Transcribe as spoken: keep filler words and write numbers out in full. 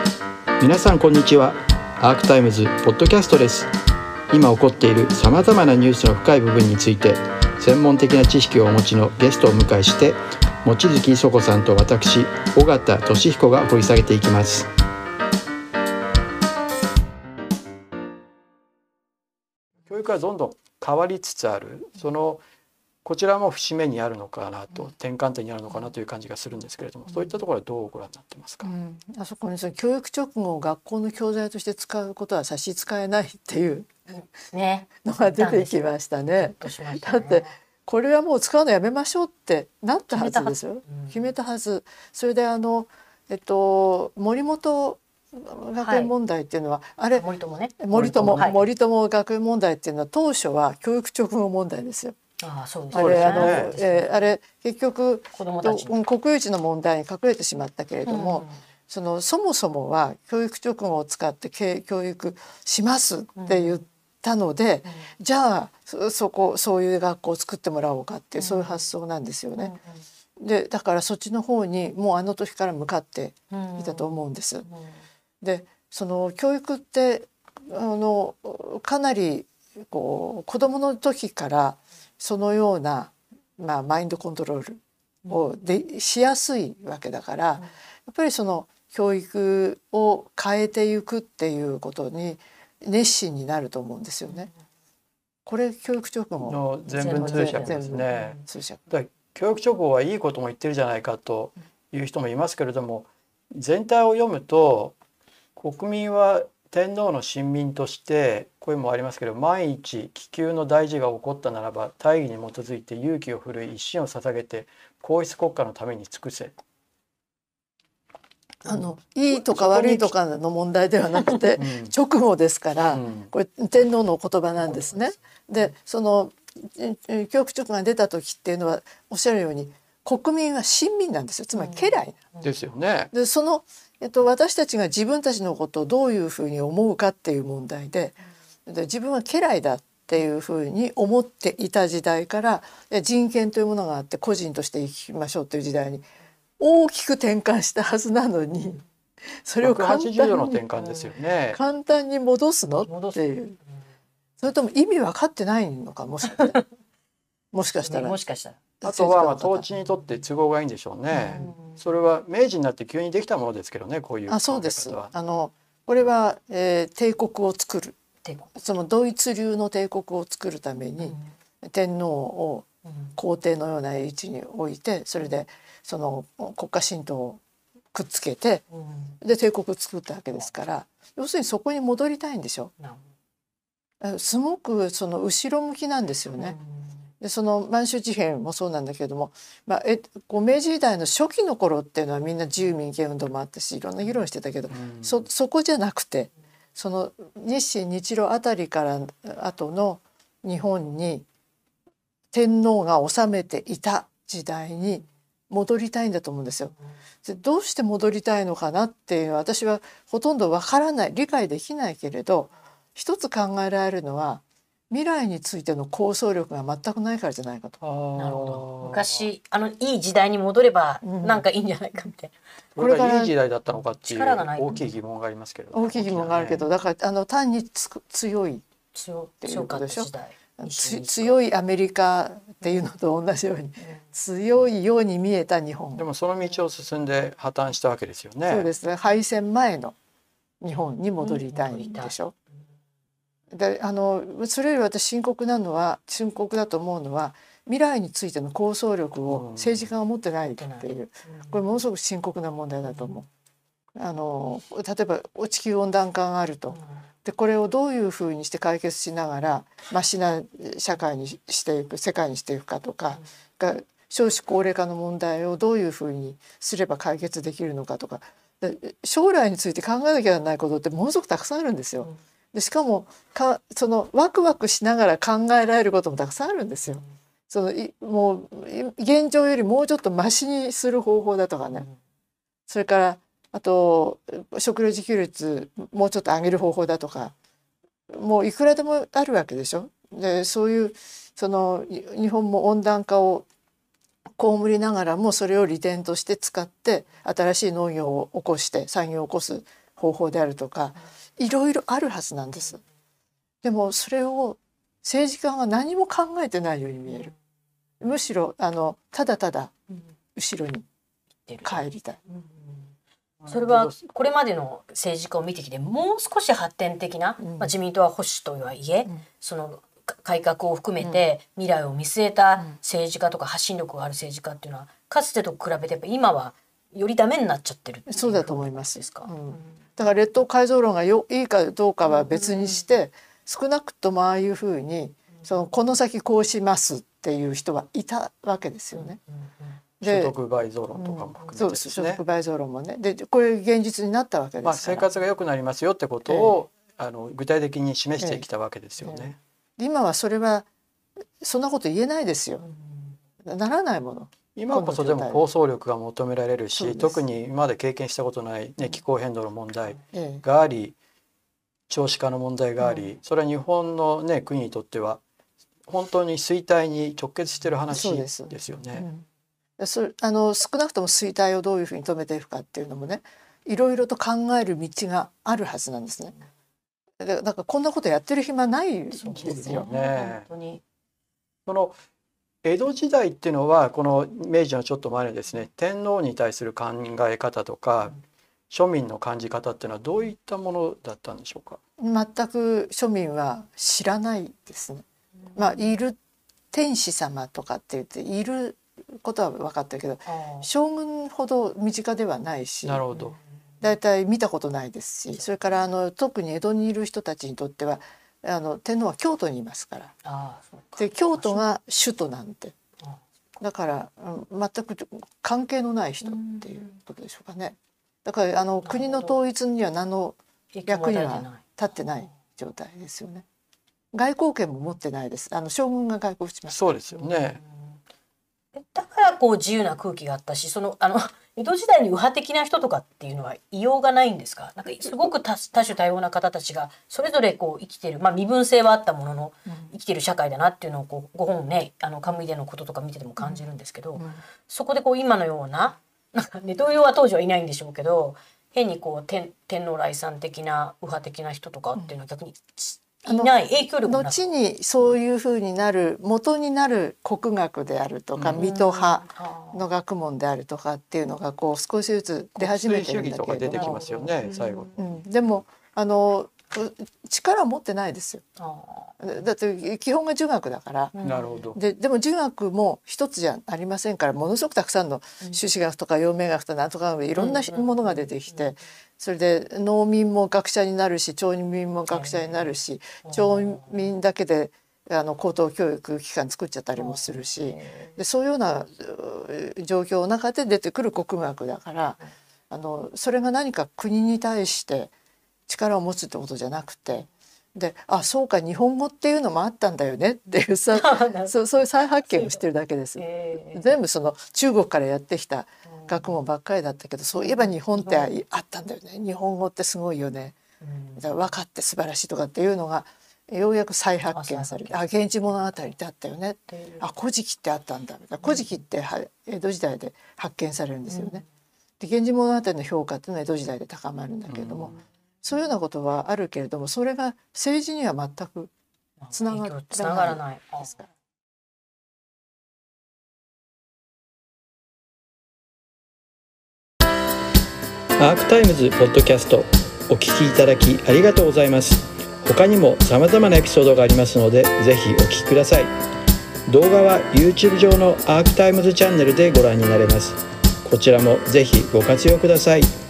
皆さんこんにちは。アークタイムズポッドキャストです。今起こっているさまざまなニュースの深い部分について専門的な知識をお持ちのゲストをお迎えして望月磯子さんと私尾形俊彦が掘り下げていきます。教育はどんどん変わりつつある、そのこちらも節目にあるのかなと、転換点にあるのかなという感じがするんですけれども、そういったところはどうご覧になってますか？ うん、あそこにその教育直後を学校の教材として使うことは差し支えないっていうのが出てきましたね。だってこれはもう使うのやめましょうってなったはずですよ。決めたはず。それであのえっと森本学園問題っていうのは、はい、あれ森友ね森友森友学園問題っていうのは当初は教育直後問題ですよ。ああ、そうですね。あれあの、えー、あれ結局子供たちの国有地の問題に隠れてしまったけれども、うん、そのそもそもは教育直後を使って教育しますって言ったので、うん、じゃあ そ, そこそういう学校を作ってもらおうかっていう、うん、そういう発想なんですよね。うん、でだからそっちの方にもうあの時から向かっていたと思うんです。うん、でその教育ってあのかなりこう子供の時からそのような、まあ、マインドコントロールをでしやすいわけだから、やっぱりその教育を変えていくっていうことに熱心になると思うんですよね。これ教育直後の全文通訳ですね。だ教育直後はいいことも言ってるじゃないかという人もいますけれども、全体を読むと国民は天皇の臣民として声もありますけど、万一気球の大事が起こったならば大義に基づいて勇気を振るい一心を捧げて皇室国家のために尽くせ。 あのいいとか悪いとかの問題ではなくて、うん、直後ですから、うん、これ天皇の言葉なんですね。でその教育直後が出た時っていうのはおっしゃるように国民は臣民なんですよ。つまり家来、 うん、ですよね。 でそのえっと、私たちが自分たちのことをどういうふうに思うかっていう問題で、で自分は家来だっていうふうに思っていた時代から人権というものがあって個人として生きましょうという時代に大きく転換したはずなのに、それを簡単にひゃくはちじゅうどの転換ですよね。 簡単に戻すのっていう、それとも意味分かってないのか、もしかしたらもしかしたらもしかしたらあとはまあ統治にとって都合がいいんでしょうね。うん、それは明治になって急にできたものですけどね、こういう考え方は。 あ、そうです。あのこれは、えー、帝国を作る、そのドイツ流の帝国を作るために、うん、天皇を皇帝のような位置に置いて、それでその国家神道をくっつけて、うん、で帝国を作ったわけですから、要するにそこに戻りたいんでしょ。うん、すごくその後ろ向きなんですよね。うんでその満州事変もそうなんだけれども、まあ、えこう明治時代の初期の頃っていうのはみんな自由民権運動もあったしいろんな議論してたけど、うん、そ, そこじゃなくてその日清日露あたりから後の日本に天皇が治めていた時代に戻りたいんだと思うんですよ。でどうして戻りたいのかなっていうのは私はほとんどわからない、理解できないけれど、一つ考えられるのは未来についての構想力が全くないからじゃないかと。 なるほど。昔あのいい時代に戻ればなんかいいんじゃないかみたいな。 うん、これがいい時代だったのかっていう大きい疑問がありますけれど、 ね、大きい疑問があるけど、だからあの単につ強いっていうことでしょ。強いアメリカっていうのと同じように、うん、強いように見えた日本。 でもその道を進んで破綻したわけですよね。 そうですね。敗戦前の日本に戻りたいんでしょ。うん、であのそれより私深刻なのは深刻だと思うのは未来についての構想力を政治家が持ってないっていう、これものすごく深刻な問題だと思う。あの例えば地球温暖化があると、でこれをどういうふうにして解決しながらマシな社会にしていく、世界にしていくかとか、が少子高齢化の問題をどういうふうにすれば解決できるのかとか、将来について考えなきゃならないことってものすごくたくさんあるんですよ。でしかもかそのワクワクしながら考えられることもたくさんあるんですよ。そのもう現状よりもうちょっとマシにする方法だとかね、それからあと食料自給率もうちょっと上げる方法だとか、もういくらでもあるわけでしょ。でそういうその日本も温暖化を被りながらもそれを利点として使って新しい農業を起こして産業を起こす方法であるとかいろいろあるはずなんです。でもそれを政治家が何も考えてないように見える。むしろあのただただ後ろに帰りたい。 それはこれまでの政治家を見てきてもう少し発展的な、うん、まあ、自民党は保守とはいえ、うん、その改革を含めて未来を見据えた政治家とか発信力がある政治家っていうのはかつてと比べてやっぱ今はよりダメになっちゃってるっていう。 そうだと思いますですか、 うん、だから列島改造論がよいいかどうかは別にして、うん、少なくともああいうふうにそのこの先こうしますっていう人はいたわけですよね。 うんうんうん、所得倍増論とかも含めてですね、うん、そうです、 所得倍増論もね。でこれ現実になったわけですから、まあ、 生活が良くなりますよってことを、えー、あの具体的に示してきたわけですよね。えーえー、 今はそれはそんなこと言えないですよ。ならないもの。 今こそでも構想力が求められるし、特に今まで経験したことない、ね、気候変動の問題があり、少子化の問題があり、うん、それは日本の、ね、国にとっては本当に衰退に直結している話ですよね。 うん、そあの少なくとも衰退をどういうふうに止めていくかっていうのもね、いろいろと考える道があるはずなんですね。だからこんなことやってる暇ないですよね。 本当にその江戸時代っていうのはこの明治のちょっと前にですね、天皇に対する考え方とか庶民の感じ方っていうのはどういったものだったんでしょうか。 全く庶民は知らないですね。まあいる天子様とかって言っていることは分かったけど、将軍ほど身近ではないし、 なるほど、 だいたい見たことないですし、それからあの特に江戸にいる人たちにとってはあの天皇は京都にいますから、ああ、そうか。で京都が首都なんて、だから、うん、全く関係のない人っていうことでしょうかね。だからあの国の統一には何の役には立ってない状態ですよね。外交権も持ってないです。あの将軍が外交します。 そうですよね。 だからこう自由な空気があったし、そのあの江戸時代に右派的な人とかっていうのはいようがないんですか。なんかすごく多種多様な方たちがそれぞれこう生きてる、まあ身分性はあったものの生きてる社会だなっていうのをこうご本ね、あのカムイでのこととか見てても感じるんですけど、うんうん、そこでこう今のようななんかネトウヨは当時はいないんでしょうけど、変にこう天天皇来参的な右派的な人とかっていうのは逆にいない影響力もなく、 後にそういうふうになる元になる国学であるとか、うん、水戸派の学問であるとかっていうのがこう少しずつ出始めてるんだけれども、 国粋主義とか出てきますよね、最後、 うん、でもあの力を持ってないですよ。だって基本が儒学だから、 なるほど。 ででも儒学も一つじゃありませんから、ものすごくたくさんの朱子学とか陽明学とかなんとかいろんなものが出てきて、それで農民も学者になるし町民も学者になるし、町民だけであの高等教育機関作っちゃったりもするし、でそういうような状況の中で出てくる国学だから、あのそれが何か国に対して力を持つってことじゃなくて、であそうか日本語っていうのもあったんだよねっていうさそ, そういう再発見をしてるだけです。全部その中国からやってきた学問ばっかりだったけど、そういえば日本ってあったんだよね、日本語ってすごいよね、だから和歌って素晴らしいとかっていうのがようやく再発見されて、あ源氏物語ってあったよね、あ古事記ってあったんだみたいな、古事記って江戸時代で発見されるんですよね。で源氏物語の評価っていうのは江戸時代で高まるんだけれども、そういうようなことはあるけれども、それが政治には全くつながらないですから。 アークタイムズポッドキャストお聞きいただきありがとうございます。他にも様々なエピソードがありますので、ぜひお聞きください。動画は YouTube 上のアークタイムズチャンネルでご覧になれます。こちらもぜひご活用ください。